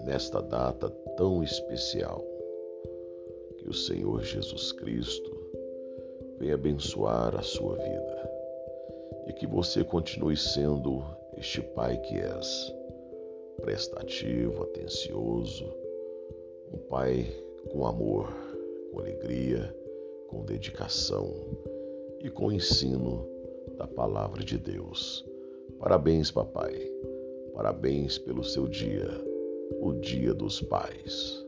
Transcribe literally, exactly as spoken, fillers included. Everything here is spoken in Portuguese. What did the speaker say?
nesta data tão especial. Que o Senhor Jesus Cristo venha abençoar a sua vida e que você continue sendo este pai que és, prestativo, atencioso, um pai com amor, com alegria, com dedicação e com ensino da palavra de Deus. Parabéns, papai. Parabéns pelo seu dia, o Dia dos Pais.